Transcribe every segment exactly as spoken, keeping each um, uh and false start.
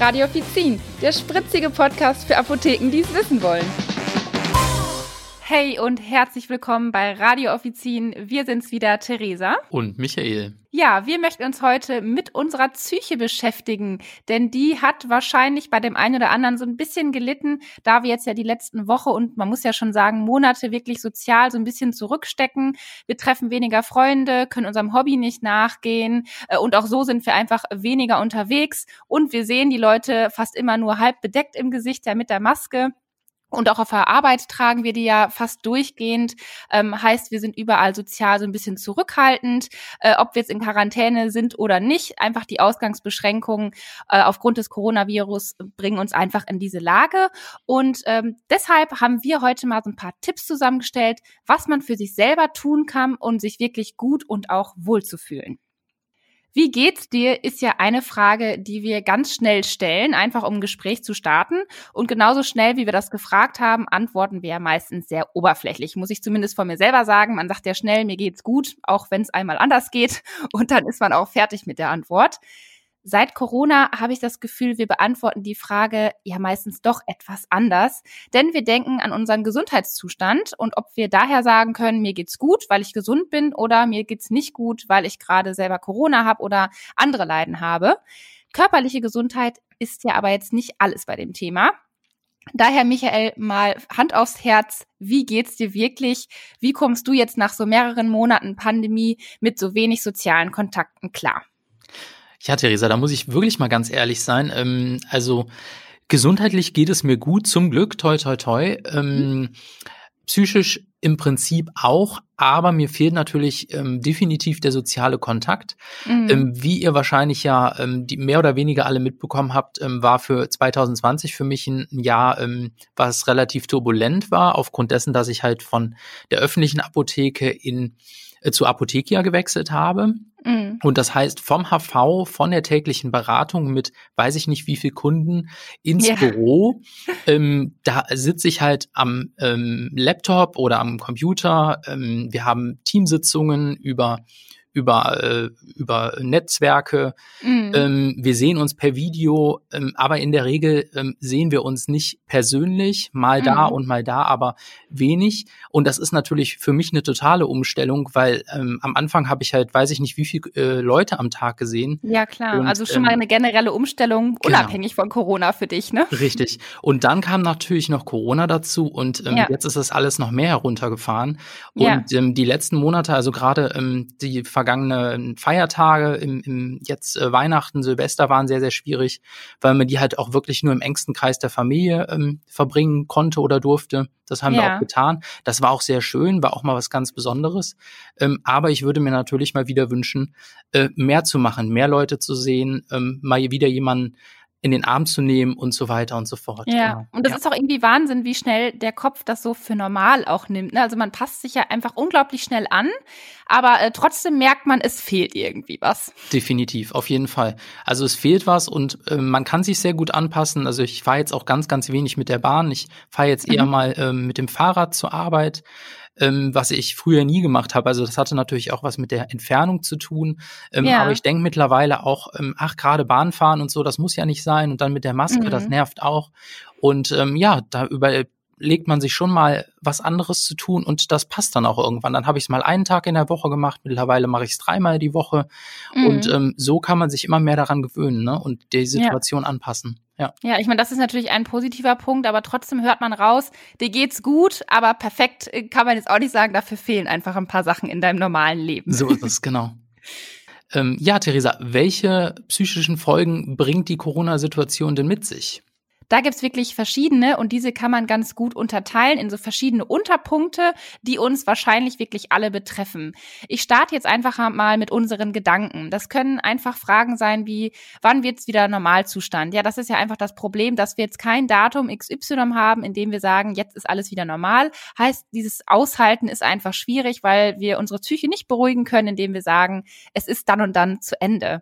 Radio Offizin, der spritzige Podcast für Apotheken, die es wissen wollen. Hey und herzlich willkommen bei Radio Offizin. Wir sind's wieder, Theresa. Und Michael. Ja, wir möchten uns heute mit unserer Psyche beschäftigen, denn die hat wahrscheinlich bei dem einen oder anderen so ein bisschen gelitten, da wir jetzt ja die letzten Woche und man muss ja schon sagen, Monate wirklich sozial so ein bisschen zurückstecken. Wir treffen weniger Freunde, können unserem Hobby nicht nachgehen und auch so sind wir einfach weniger unterwegs und wir sehen die Leute fast immer nur halb bedeckt im Gesicht, ja mit der Maske. Und auch auf der Arbeit tragen wir die ja fast durchgehend. Ähm, heißt, wir sind überall sozial so ein bisschen zurückhaltend, äh, ob wir jetzt in Quarantäne sind oder nicht. Einfach die Ausgangsbeschränkungen äh, aufgrund des Coronavirus bringen uns einfach in diese Lage. Und ähm, deshalb haben wir heute mal so ein paar Tipps zusammengestellt, was man für sich selber tun kann, um sich wirklich gut und auch wohl zu fühlen. Wie geht's dir, ist ja eine Frage, die wir ganz schnell stellen, einfach um ein Gespräch zu starten. Und genauso schnell, wie wir das gefragt haben, antworten wir ja meistens sehr oberflächlich. Muss ich zumindest von mir selber sagen. Man sagt ja schnell, mir geht's gut, auch wenn es einmal anders geht. Und dann ist man auch fertig mit der Antwort. Seit Corona habe ich das Gefühl, wir beantworten die Frage ja meistens doch etwas anders, denn wir denken an unseren Gesundheitszustand und ob wir daher sagen können, mir geht's gut, weil ich gesund bin oder mir geht's nicht gut, weil ich gerade selber Corona habe oder andere Leiden habe. Körperliche Gesundheit ist ja aber jetzt nicht alles bei dem Thema. Daher, Michael, mal Hand aufs Herz, wie geht's dir wirklich? Wie kommst du jetzt nach so mehreren Monaten Pandemie mit so wenig sozialen Kontakten klar? Ja, Theresa, da muss ich wirklich mal ganz ehrlich sein. Ähm, also gesundheitlich geht es mir gut, zum Glück, toi, toi, toi. Ähm, mhm. Psychisch im Prinzip auch, aber mir fehlt natürlich ähm, definitiv der soziale Kontakt. Mhm. Ähm, wie ihr wahrscheinlich ja ähm, die mehr oder weniger alle mitbekommen habt, ähm, war für zwanzig zwanzig für mich ein Jahr, ähm, was relativ turbulent war, aufgrund dessen, dass ich halt von der öffentlichen Apotheke in äh, zur Apothekia gewechselt habe. Mhm. Und das heißt, vom H V, von der täglichen Beratung mit weiß ich nicht wie viel Kunden ins yeah. Büro, ähm, da sitze ich halt am ähm, Laptop oder am Computer. Ähm, wir haben Teamsitzungen über über äh, über Netzwerke. Mhm. Ähm, wir sehen uns per Video, ähm, aber in der Regel ähm, sehen wir uns nicht persönlich, mal mhm. da und mal da, aber wenig. Und das ist natürlich für mich eine totale Umstellung, weil ähm, am Anfang habe ich halt, weiß ich nicht, wie viele äh, Leute am Tag gesehen. Ja, klar. Und, also schon mal eine generelle Umstellung, unabhängig genau. von Corona für dich, ne? Richtig. Und dann kam natürlich noch Corona dazu und ähm, ja. jetzt ist das alles noch mehr heruntergefahren. Und ja. ähm, die letzten Monate, also gerade ähm, die vergangenen Feiertage, im, im jetzt äh, Weihnachten, Silvester waren sehr, sehr schwierig, weil man die halt auch wirklich nur im engsten Kreis der Familie ähm, verbringen konnte oder durfte. Das haben ja. wir auch getan. Das war auch sehr schön, war auch mal was ganz Besonderes. Ähm, aber ich würde mir natürlich mal wieder wünschen, äh, mehr zu machen, mehr Leute zu sehen, ähm, mal wieder jemanden in den Arm zu nehmen und so weiter und so fort. Ja, genau. Und das ja. ist auch irgendwie Wahnsinn, wie schnell der Kopf das so für normal auch nimmt. Ne? Also man passt sich ja einfach unglaublich schnell an, aber äh, trotzdem merkt man, es fehlt irgendwie was. Definitiv, auf jeden Fall. Also es fehlt was und äh, man kann sich sehr gut anpassen. Also ich fahre jetzt auch ganz, ganz wenig mit der Bahn. Ich fahre jetzt eher mhm. mal ähm, mit dem Fahrrad zur Arbeit. Ähm, was ich früher nie gemacht habe. Also das hatte natürlich auch was mit der Entfernung zu tun. Ähm, ja. Aber ich denke mittlerweile auch, ähm, ach, gerade Bahnfahren und so, das muss ja nicht sein. Und dann mit der Maske, mhm. das nervt auch. Und ähm, ja, da überlegt man sich schon mal, was anderes zu tun und das passt dann auch irgendwann. Dann habe ich es mal einen Tag in der Woche gemacht, mittlerweile mache ich es dreimal die Woche. Mhm. Und ähm, so kann man sich immer mehr daran gewöhnen, ne? Und die Situation ja. anpassen. Ja, ja, ich meine, das ist natürlich ein positiver Punkt, aber trotzdem hört man raus, dir geht's gut, aber perfekt kann man jetzt auch nicht sagen, dafür fehlen einfach ein paar Sachen in deinem normalen Leben. So ist es, genau. ähm, ja, Theresa, welche psychischen Folgen bringt die Corona-Situation denn mit sich? Da gibt's wirklich verschiedene und diese kann man ganz gut unterteilen in so verschiedene Unterpunkte, die uns wahrscheinlich wirklich alle betreffen. Ich starte jetzt einfach mal mit unseren Gedanken. Das können einfach Fragen sein wie, wann wird's wieder Normalzustand? Ja, das ist ja einfach das Problem, dass wir jetzt kein Datum X Y haben, in dem wir sagen, jetzt ist alles wieder normal. Heißt, dieses Aushalten ist einfach schwierig, weil wir unsere Psyche nicht beruhigen können, indem wir sagen, es ist dann und dann zu Ende.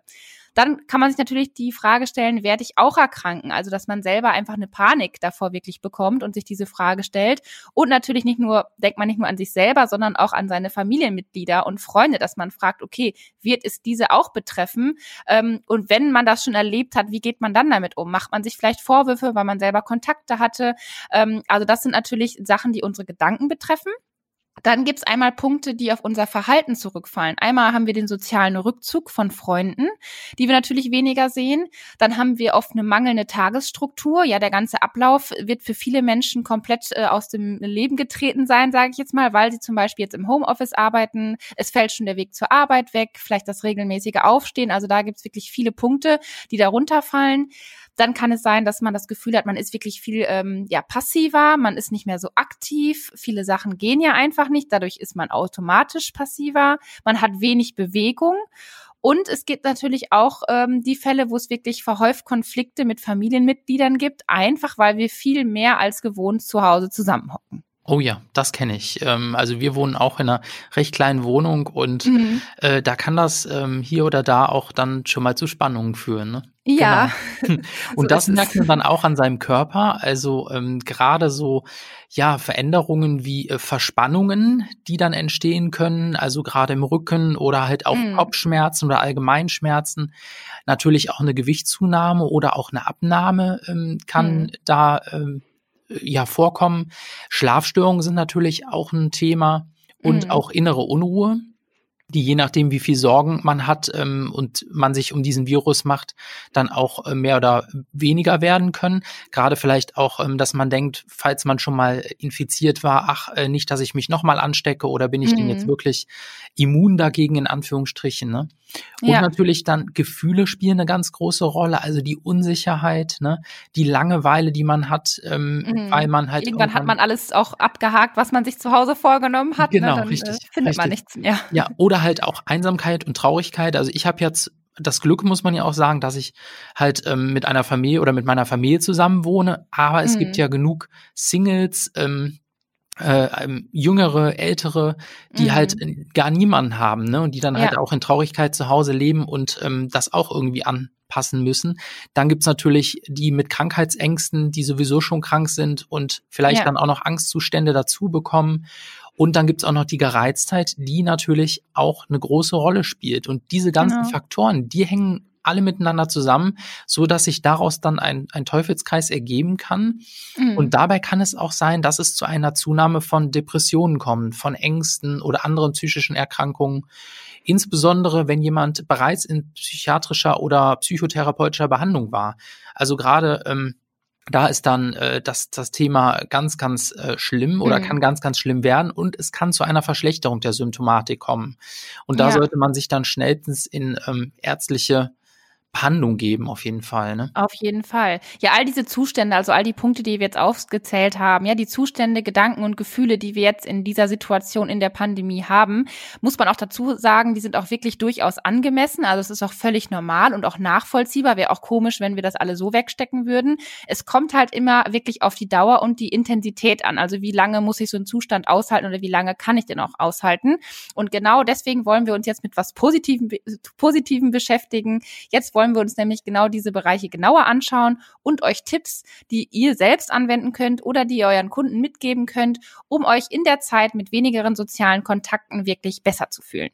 Dann kann man sich natürlich die Frage stellen, werde ich auch erkranken? Also, dass man selber einfach eine Panik davor wirklich bekommt und sich diese Frage stellt. Und natürlich nicht nur, denkt man nicht nur an sich selber, sondern auch an seine Familienmitglieder und Freunde, dass man fragt, okay, wird es diese auch betreffen? Ähm, und wenn man das schon erlebt hat, wie geht man dann damit um? Macht man sich vielleicht Vorwürfe, weil man selber Kontakte hatte? Ähm, also das sind natürlich Sachen, die unsere Gedanken betreffen. Dann gibt's einmal Punkte, die auf unser Verhalten zurückfallen. Einmal haben wir den sozialen Rückzug von Freunden, die wir natürlich weniger sehen. Dann haben wir oft eine mangelnde Tagesstruktur. Ja, der ganze Ablauf wird für viele Menschen komplett äh, aus dem Leben getreten sein, sage ich jetzt mal, weil sie zum Beispiel jetzt im Homeoffice arbeiten. Es fällt schon der Weg zur Arbeit weg, vielleicht das regelmäßige Aufstehen. Also da gibt's wirklich viele Punkte, die darunter fallen. Dann kann es sein, dass man das Gefühl hat, man ist wirklich viel ähm, ja passiver, man ist nicht mehr so aktiv. Viele Sachen gehen ja einfach nicht, dadurch ist man automatisch passiver. Man hat wenig Bewegung. Und es gibt natürlich auch ähm, die Fälle, wo es wirklich verhäuft Konflikte mit Familienmitgliedern gibt, einfach weil wir viel mehr als gewohnt zu Hause zusammenhocken. Oh ja, das kenne ich. Ähm, also wir wohnen auch in einer recht kleinen Wohnung und mhm. äh, da kann das ähm, hier oder da auch dann schon mal zu Spannungen führen. Ne? Ja. Genau. Und so das merkt man dann auch an seinem Körper. Also ähm, gerade so ja Veränderungen wie äh, Verspannungen, die dann entstehen können, also gerade im Rücken oder halt auch mhm. Kopfschmerzen oder Allgemeinschmerzen. Natürlich auch eine Gewichtszunahme oder auch eine Abnahme ähm, kann mhm. da ähm, ja vorkommen. Schlafstörungen sind natürlich auch ein Thema und mhm. auch innere Unruhe, die je nachdem, wie viel Sorgen man hat ähm, und man sich um diesen Virus macht, dann auch äh, mehr oder weniger werden können. Gerade vielleicht auch, ähm, dass man denkt, falls man schon mal infiziert war, ach, äh, nicht, dass ich mich nochmal anstecke oder bin ich mhm. denn jetzt wirklich immun dagegen, in Anführungsstrichen, ne? Und ja. natürlich dann Gefühle spielen eine ganz große Rolle, also die Unsicherheit, ne, die Langeweile, die man hat, ähm, mhm. weil man halt irgendwann hat man alles auch abgehakt, was man sich zu Hause vorgenommen hat, genau, ne? Dann richtig, äh, findet richtig. man nichts mehr. Ja, oder halt auch Einsamkeit und Traurigkeit. Also ich habe jetzt das Glück, muss man ja auch sagen, dass ich halt ähm, mit einer Familie oder mit meiner Familie zusammen wohne, aber es mhm. gibt ja genug Singles, ähm, Äh, ähm, jüngere, ältere, die mhm. halt gar niemanden haben, ne, und die dann ja. halt auch in Traurigkeit zu Hause leben und ähm, das auch irgendwie anpassen müssen. Dann gibt's natürlich die mit Krankheitsängsten, die sowieso schon krank sind und vielleicht ja. dann auch noch Angstzustände dazu bekommen. Und dann gibt's auch noch die Gereiztheit, die natürlich auch eine große Rolle spielt. Und diese ganzen genau. Faktoren, die hängen alle miteinander zusammen, so dass sich daraus dann ein, ein Teufelskreis ergeben kann. Mhm. Und dabei kann es auch sein, dass es zu einer Zunahme von Depressionen kommt, von Ängsten oder anderen psychischen Erkrankungen. Insbesondere, wenn jemand bereits in psychiatrischer oder psychotherapeutischer Behandlung war. Also gerade ähm, da ist dann äh, das, das Thema ganz, ganz äh, schlimm oder mhm. kann ganz, ganz schlimm werden und es kann zu einer Verschlechterung der Symptomatik kommen. Und da ja. sollte man sich dann schnellstens in ähm, ärztliche Behandlung geben, auf jeden Fall, ne? Auf jeden Fall. Ja, all diese Zustände, also all die Punkte, die wir jetzt aufgezählt haben, ja, die Zustände, Gedanken und Gefühle, die wir jetzt in dieser Situation in der Pandemie haben, muss man auch dazu sagen, die sind auch wirklich durchaus angemessen. Also es ist auch völlig normal und auch nachvollziehbar. Wäre auch komisch, wenn wir das alle so wegstecken würden. Es kommt halt immer wirklich auf die Dauer und die Intensität an. Also wie lange muss ich so einen Zustand aushalten oder wie lange kann ich den auch aushalten? Und genau deswegen wollen wir uns jetzt mit was Positivem, Positivem beschäftigen. Jetzt wollen wollen wir uns nämlich genau diese Bereiche genauer anschauen und euch Tipps, die ihr selbst anwenden könnt oder die ihr euren Kunden mitgeben könnt, um euch in der Zeit mit wenigeren sozialen Kontakten wirklich besser zu fühlen.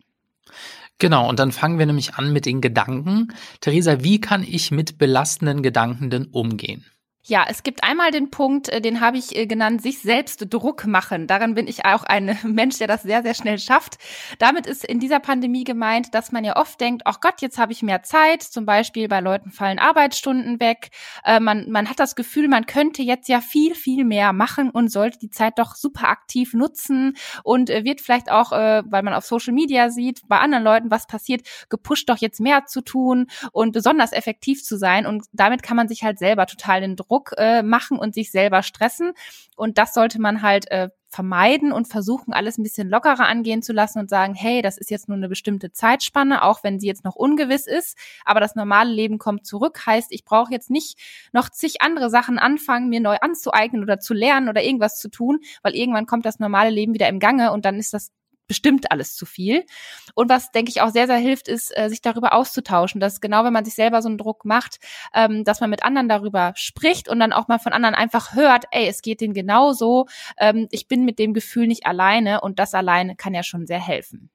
Genau, und dann fangen wir nämlich an mit den Gedanken. Theresa, wie kann ich mit belastenden Gedanken denn umgehen? Ja, es gibt einmal den Punkt, den habe ich genannt, sich selbst Druck machen. Darin bin ich auch ein Mensch, der das sehr, sehr schnell schafft. Damit ist in dieser Pandemie gemeint, dass man ja oft denkt, ach Gott, jetzt habe ich mehr Zeit. Zum Beispiel bei Leuten fallen Arbeitsstunden weg. Äh, man, man hat das Gefühl, man könnte jetzt ja viel, viel mehr machen und sollte die Zeit doch super aktiv nutzen und äh, wird vielleicht auch, äh, weil man auf Social Media sieht, bei anderen Leuten, was passiert, gepusht, doch jetzt mehr zu tun und besonders effektiv zu sein. Und damit kann man sich halt selber total den Druck äh, machen und sich selber stressen. Und das sollte man halt äh, vermeiden und versuchen, alles ein bisschen lockerer angehen zu lassen und sagen, hey, das ist jetzt nur eine bestimmte Zeitspanne, auch wenn sie jetzt noch ungewiss ist, aber das normale Leben kommt zurück, heißt, ich brauche jetzt nicht noch zig andere Sachen anfangen, mir neu anzueignen oder zu lernen oder irgendwas zu tun, weil irgendwann kommt das normale Leben wieder im Gange und dann ist das bestimmt alles zu viel. Und was, denke ich, auch sehr, sehr hilft, ist, äh, sich darüber auszutauschen. Dass genau, wenn man sich selber so einen Druck macht, ähm, dass man mit anderen darüber spricht und dann auch mal von anderen einfach hört, ey, es geht denen genauso, ähm, ich bin mit dem Gefühl nicht alleine und das alleine kann ja schon sehr helfen.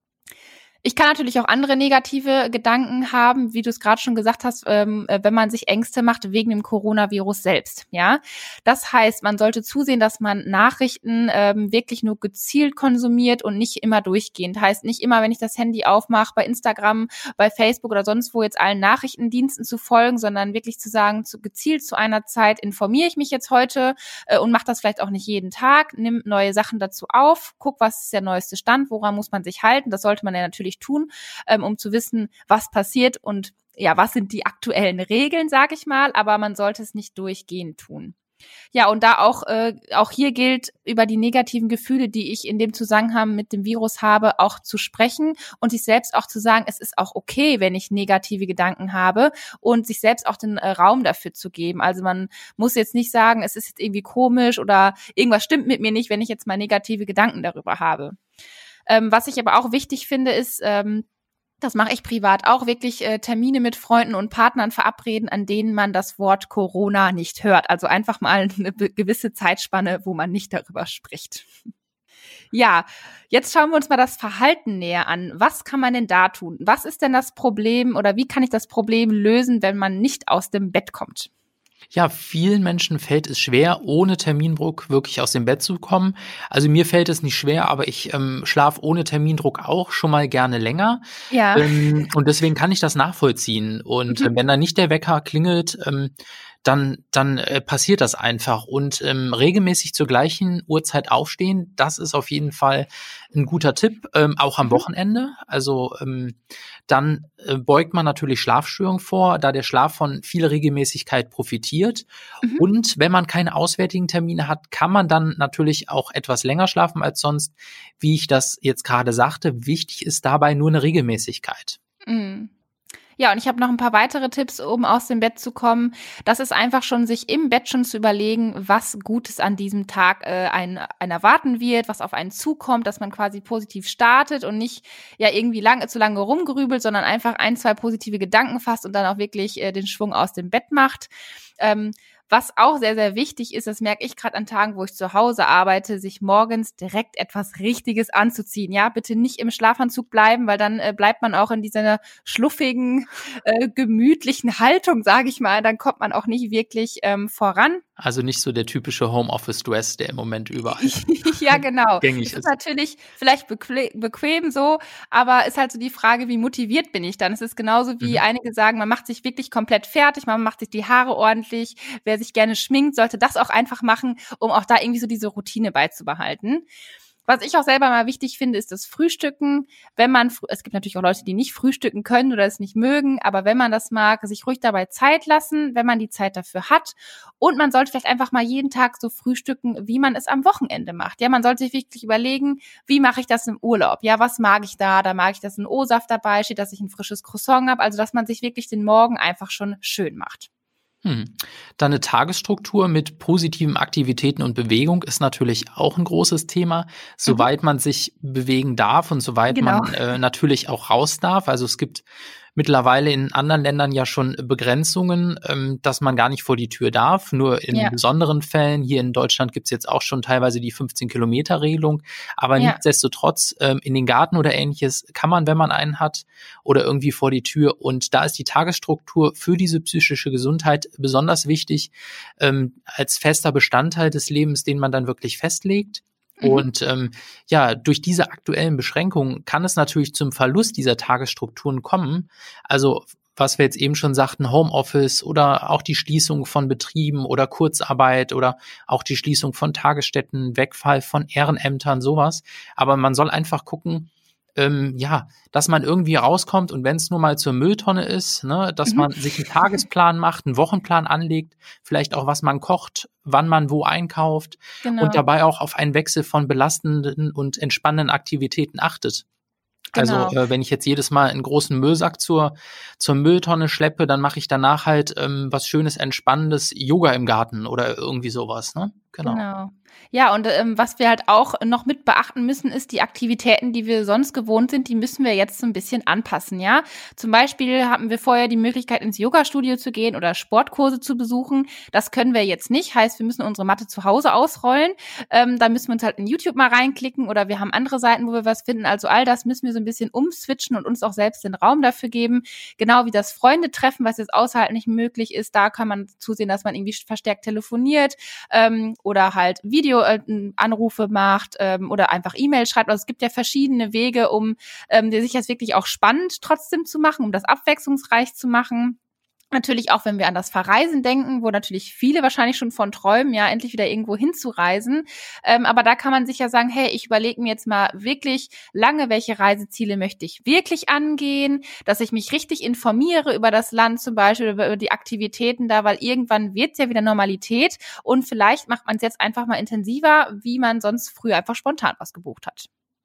Ich kann natürlich auch andere negative Gedanken haben, wie du es gerade schon gesagt hast, ähm, wenn man sich Ängste macht wegen dem Coronavirus selbst. Ja, das heißt, man sollte zusehen, dass man Nachrichten ähm, wirklich nur gezielt konsumiert und nicht immer durchgehend. Heißt nicht immer, wenn ich das Handy aufmache, bei Instagram, bei Facebook oder sonst wo jetzt allen Nachrichtendiensten zu folgen, sondern wirklich zu sagen, zu, gezielt zu einer Zeit informiere ich mich jetzt heute äh, und mache das vielleicht auch nicht jeden Tag. Nimm neue Sachen dazu auf, guck, was ist der neueste Stand, woran muss man sich halten. Das sollte man ja natürlich tun, ähm, um zu wissen, was passiert und ja, was sind die aktuellen Regeln, sag ich mal, aber man sollte es nicht durchgehend tun. Ja, und da auch äh, auch hier gilt, über die negativen Gefühle, die ich in dem Zusammenhang mit dem Virus habe, auch zu sprechen und sich selbst auch zu sagen, es ist auch okay, wenn ich negative Gedanken habe und sich selbst auch den äh, Raum dafür zu geben. Also man muss jetzt nicht sagen, es ist jetzt irgendwie komisch oder irgendwas stimmt mit mir nicht, wenn ich jetzt mal negative Gedanken darüber habe. Ähm, was ich aber auch wichtig finde, ist, ähm, das mache ich privat auch, wirklich äh, Termine mit Freunden und Partnern verabreden, an denen man das Wort Corona nicht hört. Also einfach mal eine be- gewisse Zeitspanne, wo man nicht darüber spricht. Ja, jetzt schauen wir uns mal das Verhalten näher an. Was kann man denn da tun? Was ist denn das Problem oder wie kann ich das Problem lösen, wenn man nicht aus dem Bett kommt? Ja, vielen Menschen fällt es schwer, ohne Termindruck wirklich aus dem Bett zu kommen. Also mir fällt es nicht schwer, aber ich ähm, schlafe ohne Termindruck auch schon mal gerne länger. Ja. Ähm, und deswegen kann ich das nachvollziehen. Und Mhm. äh, wenn dann nicht der Wecker klingelt, ähm, dann dann äh, passiert das einfach. Und ähm, regelmäßig zur gleichen Uhrzeit aufstehen, das ist auf jeden Fall ein guter Tipp, ähm, auch am Mhm. Wochenende. Also ähm, dann äh, beugt man natürlich Schlafstörungen vor, da der Schlaf von viel Regelmäßigkeit profitiert. Mhm. Und wenn man keine auswärtigen Termine hat, kann man dann natürlich auch etwas länger schlafen als sonst. Wie ich das jetzt gerade sagte, wichtig ist dabei nur eine Regelmäßigkeit. Mhm. Ja, und ich habe noch ein paar weitere Tipps, um aus dem Bett zu kommen. Das ist einfach schon, sich im Bett schon zu überlegen, was Gutes an diesem Tag äh, einen, einen erwarten wird, was auf einen zukommt, dass man quasi positiv startet und nicht ja irgendwie lange zu lange rumgrübelt, sondern einfach ein, zwei positive Gedanken fasst und dann auch wirklich äh, den Schwung aus dem Bett macht. Ähm, Was auch sehr, sehr wichtig ist, das merke ich gerade an Tagen, wo ich zu Hause arbeite, sich morgens direkt etwas Richtiges anzuziehen. Ja, bitte nicht im Schlafanzug bleiben, weil dann äh, bleibt man auch in dieser schluffigen, äh, gemütlichen Haltung, sage ich mal. Dann kommt man auch nicht wirklich ähm, voran. Also nicht so der typische Homeoffice-Dress, der im Moment überall Ja, genau. gängig Es ist ist. natürlich vielleicht bequem, bequem so, aber ist halt so die Frage, wie motiviert bin ich dann? Es ist genauso wie Mhm. einige sagen, man macht sich wirklich komplett fertig, man macht sich die Haare ordentlich. Wer sich gerne schminkt, sollte das auch einfach machen, um auch da irgendwie so diese Routine beizubehalten. Was ich auch selber mal wichtig finde, ist das Frühstücken. Wenn man, es gibt natürlich auch Leute, die nicht frühstücken können oder es nicht mögen, aber wenn man das mag, sich ruhig dabei Zeit lassen, wenn man die Zeit dafür hat. Und man sollte vielleicht einfach mal jeden Tag so frühstücken, wie man es am Wochenende macht. Ja, man sollte sich wirklich überlegen, wie mache ich das im Urlaub? Ja, was mag ich da? Da mag ich, dass ein O-Saft dabei steht, dass ich ein frisches Croissant habe. Also, dass man sich wirklich den Morgen einfach schon schön macht. Hm. Dann eine Tagesstruktur mit positiven Aktivitäten und Bewegung ist natürlich auch ein großes Thema, soweit man sich bewegen darf und soweit Genau. man äh, natürlich auch raus darf. Also es gibt mittlerweile in anderen Ländern ja schon Begrenzungen, ähm, dass man gar nicht vor die Tür darf. Nur in Ja. besonderen Fällen, hier in Deutschland gibt's jetzt auch schon teilweise die fünfzehn-Kilometer-Regelung. Aber Ja. nichtsdestotrotz, ähm, in den Garten oder ähnliches kann man, wenn man einen hat, oder irgendwie vor die Tür. Und da ist die Tagesstruktur für diese psychische Gesundheit besonders wichtig, ähm, als fester Bestandteil des Lebens, den man dann wirklich festlegt. Mhm. Und ähm, ja, durch diese aktuellen Beschränkungen kann es natürlich zum Verlust dieser Tagesstrukturen kommen. Also was wir jetzt eben schon sagten, Homeoffice oder auch die Schließung von Betrieben oder Kurzarbeit oder auch die Schließung von Tagesstätten, Wegfall von Ehrenämtern, sowas. Aber man soll einfach gucken, ähm, ja, dass man irgendwie rauskommt und wenn es nur mal zur Mülltonne ist, ne, dass Mhm. man sich einen Tagesplan macht, einen Wochenplan anlegt, vielleicht auch was man kocht, wann man wo einkauft Genau. und dabei auch auf einen Wechsel von belastenden und entspannenden Aktivitäten achtet. Genau. Also äh, wenn ich jetzt jedes Mal einen großen Müllsack zur zur Mülltonne schleppe, dann mache ich danach halt ähm, was Schönes, Entspannendes, Yoga im Garten oder irgendwie sowas, ne? Genau. Genau. Ja, und ähm, was wir halt auch noch mit beachten müssen, ist die Aktivitäten, die wir sonst gewohnt sind, die müssen wir jetzt so ein bisschen anpassen, ja. Zum Beispiel hatten wir vorher die Möglichkeit, ins Yoga-Studio zu gehen oder Sportkurse zu besuchen. Das können wir jetzt nicht. Heißt, wir müssen unsere Matte zu Hause ausrollen. Ähm, da müssen wir uns halt in YouTube mal reinklicken oder wir haben andere Seiten, wo wir was finden. Also all das müssen wir so ein bisschen umswitchen und uns auch selbst den Raum dafür geben. Genau wie das Freunde-Treffen, was jetzt außerhalb nicht möglich ist. Da kann man zusehen, dass man irgendwie verstärkt telefoniert, ähm, oder halt Videoanrufe macht ähm, oder einfach E-Mail schreibt. Also es gibt ja verschiedene Wege, um ähm, sich das wirklich auch spannend trotzdem zu machen, um das abwechslungsreich zu machen. Natürlich auch, wenn wir an das Verreisen denken, wo natürlich viele wahrscheinlich schon von träumen, ja, endlich wieder irgendwo hinzureisen. Ähm, aber da kann man sich ja sagen, hey, ich überlege mir jetzt mal wirklich lange, welche Reiseziele möchte ich wirklich angehen, dass ich mich richtig informiere über das Land zum Beispiel, über, über die Aktivitäten da, weil irgendwann wird es ja wieder Normalität und vielleicht macht man es jetzt einfach mal intensiver, wie man sonst früher einfach spontan was gebucht hat.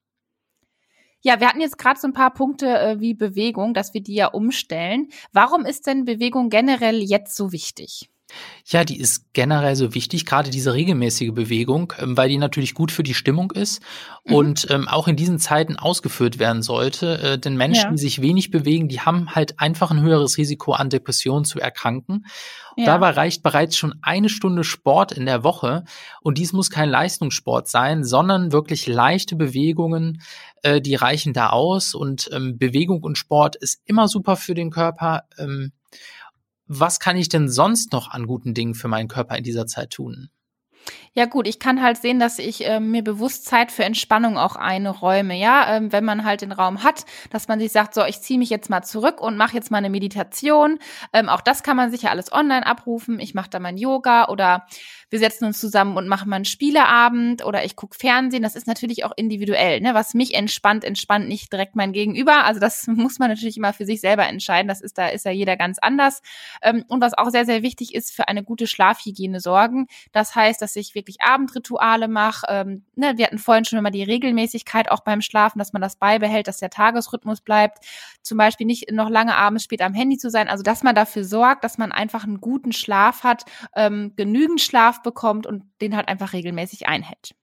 Ja, wir hatten jetzt gerade so ein paar Punkte äh, wie Bewegung, dass wir die ja umstellen. Warum ist denn Bewegung generell jetzt so wichtig? Ja, die ist generell so wichtig, gerade diese regelmäßige Bewegung, ähm, weil die natürlich gut für die Stimmung ist Mhm. und ähm, auch in diesen Zeiten ausgeführt werden sollte. Äh, denn Menschen, Ja. die sich wenig bewegen, die haben halt einfach ein höheres Risiko, an Depressionen zu erkranken. Ja. Dabei reicht bereits schon eine Stunde Sport in der Woche. Und dies muss kein Leistungssport sein, sondern wirklich leichte Bewegungen, äh, die reichen da aus. Und ähm, Bewegung und Sport ist immer super für den Körper. Ähm, Was kann ich denn sonst noch an guten Dingen für meinen Körper in dieser Zeit tun? Ja gut, ich kann halt sehen, dass ich äh, mir bewusst Zeit für Entspannung auch einräume, ja, ähm, wenn man halt den Raum hat, dass man sich sagt, so, ich ziehe mich jetzt mal zurück und mache jetzt mal eine Meditation. Ähm, auch das kann man sich ja alles online abrufen. Ich mache da mein Yoga oder wir setzen uns zusammen und machen mal einen Spieleabend oder ich gucke Fernsehen. Das ist natürlich auch individuell, ne? Was mich entspannt, entspannt nicht direkt mein Gegenüber. Also das muss man natürlich immer für sich selber entscheiden. Das ist da ist ja jeder ganz anders. Ähm, und was auch sehr, sehr wichtig ist, für eine gute Schlafhygiene sorgen. Das heißt, dass ich wirklich Abendrituale mache. Ähm, ne, wir hatten vorhin schon immer die Regelmäßigkeit auch beim Schlafen, dass man das beibehält, dass der Tagesrhythmus bleibt. Zum Beispiel nicht noch lange abends spät am Handy zu sein. Also dass man dafür sorgt, dass man einfach einen guten Schlaf hat, ähm, genügend Schlaf bekommt und den halt einfach regelmäßig einhält.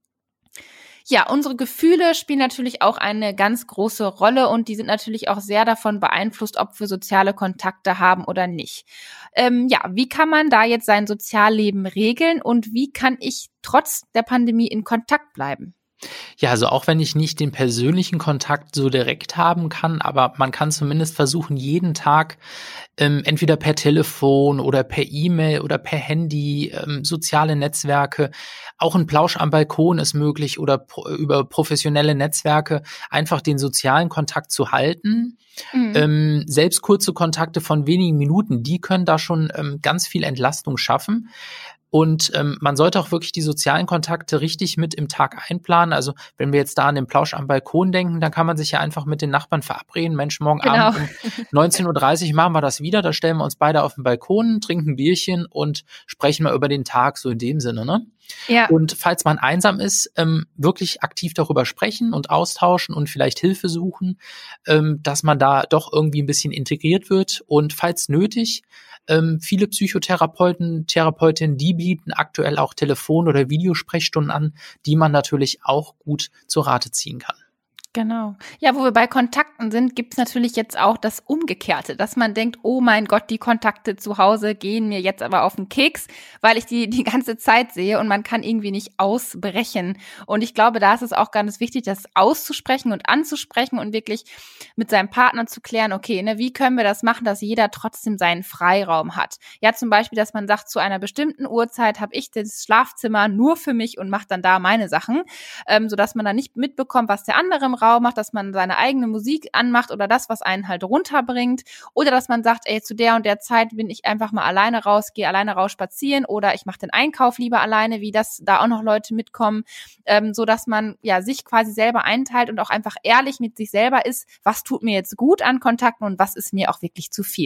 Ja, unsere Gefühle spielen natürlich auch eine ganz große Rolle und die sind natürlich auch sehr davon beeinflusst, ob wir soziale Kontakte haben oder nicht. Ähm, ja, wie kann man da jetzt sein Sozialleben regeln und wie kann ich trotz der Pandemie in Kontakt bleiben? Ja, also auch wenn ich nicht den persönlichen Kontakt so direkt haben kann, aber man kann zumindest versuchen, jeden Tag ähm, entweder per Telefon oder per E-Mail oder per Handy, ähm, soziale Netzwerke, auch ein Plausch am Balkon ist möglich oder pro, über professionelle Netzwerke einfach den sozialen Kontakt zu halten. Mhm. Ähm, selbst kurze Kontakte von wenigen Minuten, die können da schon ähm, ganz viel Entlastung schaffen. Und ähm, man sollte auch wirklich die sozialen Kontakte richtig mit im Tag einplanen. Also wenn wir jetzt da an den Plausch am Balkon denken, dann kann man sich ja einfach mit den Nachbarn verabreden. Mensch, morgen Genau. Abend um neunzehn Uhr dreißig machen wir das wieder. Da stellen wir uns beide auf den Balkon, trinken ein Bierchen und sprechen mal über den Tag, so in dem Sinne, ne? Ja. Und falls man einsam ist, ähm, wirklich aktiv darüber sprechen und austauschen und vielleicht Hilfe suchen, ähm, dass man da doch irgendwie ein bisschen integriert wird. Und falls nötig, ähm, viele Psychotherapeuten, Therapeutinnen, die bieten aktuell auch Telefon- oder Videosprechstunden an, die man natürlich auch gut zur Rate ziehen kann. Genau. Ja, wo wir bei Kontakten sind, gibt's natürlich jetzt auch das Umgekehrte, dass man denkt, oh mein Gott, die Kontakte zu Hause gehen mir jetzt aber auf den Keks, weil ich die die ganze Zeit sehe und man kann irgendwie nicht ausbrechen. Und ich glaube, da ist es auch ganz wichtig, das auszusprechen und anzusprechen und wirklich mit seinem Partner zu klären, okay, ne, wie können wir das machen, dass jeder trotzdem seinen Freiraum hat. Ja, zum Beispiel, dass man sagt, zu einer bestimmten Uhrzeit habe ich das Schlafzimmer nur für mich und mache dann da meine Sachen, ähm, sodass man dann nicht mitbekommt, was der andere im Raum macht, dass man seine eigene Musik anmacht oder das, was einen halt runterbringt, oder dass man sagt, ey, zu der und der Zeit bin ich einfach mal alleine raus, gehe alleine raus spazieren oder ich mache den Einkauf lieber alleine, wie das da auch noch Leute mitkommen, ähm, so dass man ja sich quasi selber einteilt und auch einfach ehrlich mit sich selber ist, was tut mir jetzt gut an Kontakten und was ist mir auch wirklich zu viel.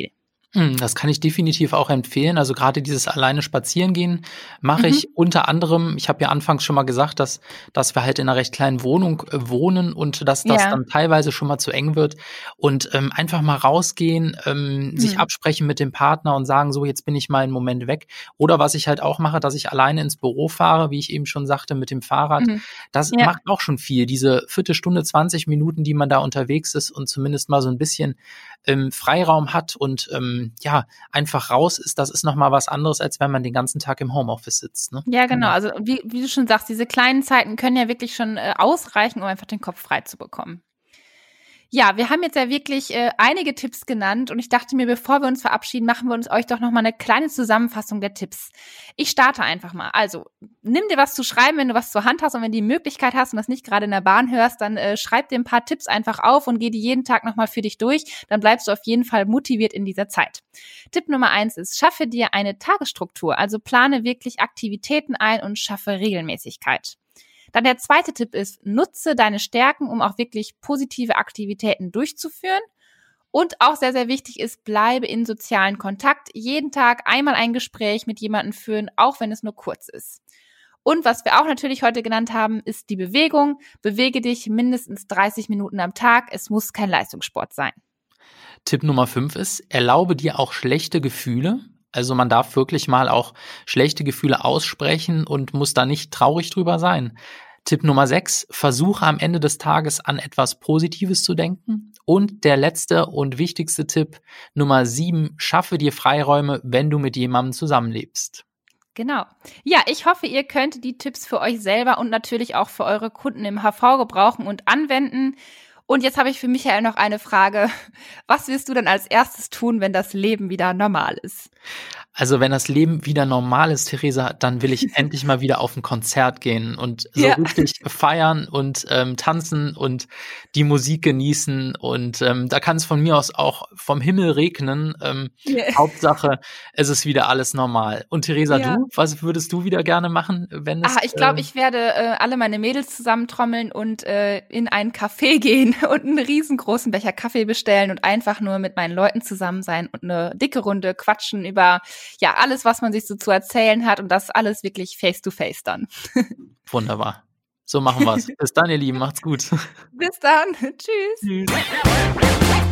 Hm, das kann ich definitiv auch empfehlen. Also gerade dieses alleine Spazierengehen mache Mhm. ich unter anderem, ich habe ja anfangs schon mal gesagt, dass dass wir halt in einer recht kleinen Wohnung, äh, wohnen und dass das Ja. dann teilweise schon mal zu eng wird und, ähm, einfach mal rausgehen, ähm, sich Mhm. absprechen mit dem Partner und sagen: „So, jetzt bin ich mal 'n Moment weg.“ Oder was ich halt auch mache, dass ich alleine ins Büro fahre, wie ich eben schon sagte, mit dem Fahrrad. Mhm. Das Ja. macht auch schon viel. Diese Viertelstunde, zwanzig Minuten, die man da unterwegs ist und zumindest mal so 'n bisschen, ähm, Freiraum hat und, ähm, ja, einfach raus ist, das ist noch mal was anderes, als wenn man den ganzen Tag im Homeoffice sitzt, ne? Ja, genau. Genau. Also, wie wie du schon sagst, diese kleinen Zeiten können ja wirklich schon, äh, ausreichen, um einfach den Kopf frei zu bekommen. Ja, wir haben jetzt ja wirklich, äh, einige Tipps genannt und ich dachte mir, bevor wir uns verabschieden, machen wir uns euch doch noch mal 'ne kleine Zusammenfassung der Tipps. Ich starte einfach mal. Also, nimm dir was zu schreiben, wenn du was zur Hand hast und wenn du die Möglichkeit hast und das nicht gerade in der Bahn hörst, dann, äh, schreib dir 'n paar Tipps einfach auf und geh die jeden Tag noch mal für dich durch. Dann bleibst du auf jeden Fall motiviert in dieser Zeit. Tipp Nummer eins ist: Schaffe dir eine Tagesstruktur, also plane wirklich Aktivitäten ein und schaffe Regelmäßigkeit. Dann der zweite Tipp ist: Nutze deine Stärken, um auch wirklich positive Aktivitäten durchzuführen. Und auch sehr, sehr wichtig ist, bleibe in sozialen Kontakt. Jeden Tag einmal ein Gespräch mit jemandem führen, auch wenn es nur kurz ist. Und was wir auch natürlich heute genannt haben, ist die Bewegung. Bewege dich mindestens dreißig Minuten am Tag. Es muss kein Leistungssport sein. Tipp Nummer fünf ist: Erlaube dir auch schlechte Gefühle. Also, man darf wirklich mal auch schlechte Gefühle aussprechen und muss da nicht traurig drüber sein. Tipp Nummer sechs: Versuche am Ende des Tages an etwas Positives zu denken. Und der letzte und wichtigste Tipp Nummer sieben: Schaffe dir Freiräume, wenn du mit jemandem zusammenlebst. Genau. Ja, ich hoffe, ihr könnt die Tipps für euch selber und natürlich auch für eure Kunden im H V gebrauchen und anwenden. Und jetzt habe ich für Michael noch eine Frage. Was wirst du denn als Erstes tun, wenn das Leben wieder normal ist? Also, wenn das Leben wieder normal ist, Theresa, dann will ich endlich mal wieder auf 'n Konzert gehen und so Ja. richtig feiern und, ähm, tanzen und die Musik genießen. Und, ähm, da kann's von mir aus auch vom Himmel regnen. Ähm, Ja. Hauptsache, es ist wieder alles normal. Und Theresa, Ja. du? Was würdest du wieder gerne machen, wenn es, Ah, ich glaube, ähm ich werde, äh, alle meine Mädels zusammentrommeln und, äh, in ein Café gehen und 'n riesengroßen Becher Kaffee bestellen und einfach nur mit meinen Leuten zusammen sein und 'ne dicke Runde quatschen über, ja, alles, was man sich so zu erzählen hat und das alles wirklich face to face dann. Wunderbar. So machen wir's. Bis dann, ihr Lieben. Macht's gut. Bis dann. Tschüss. Tschüss.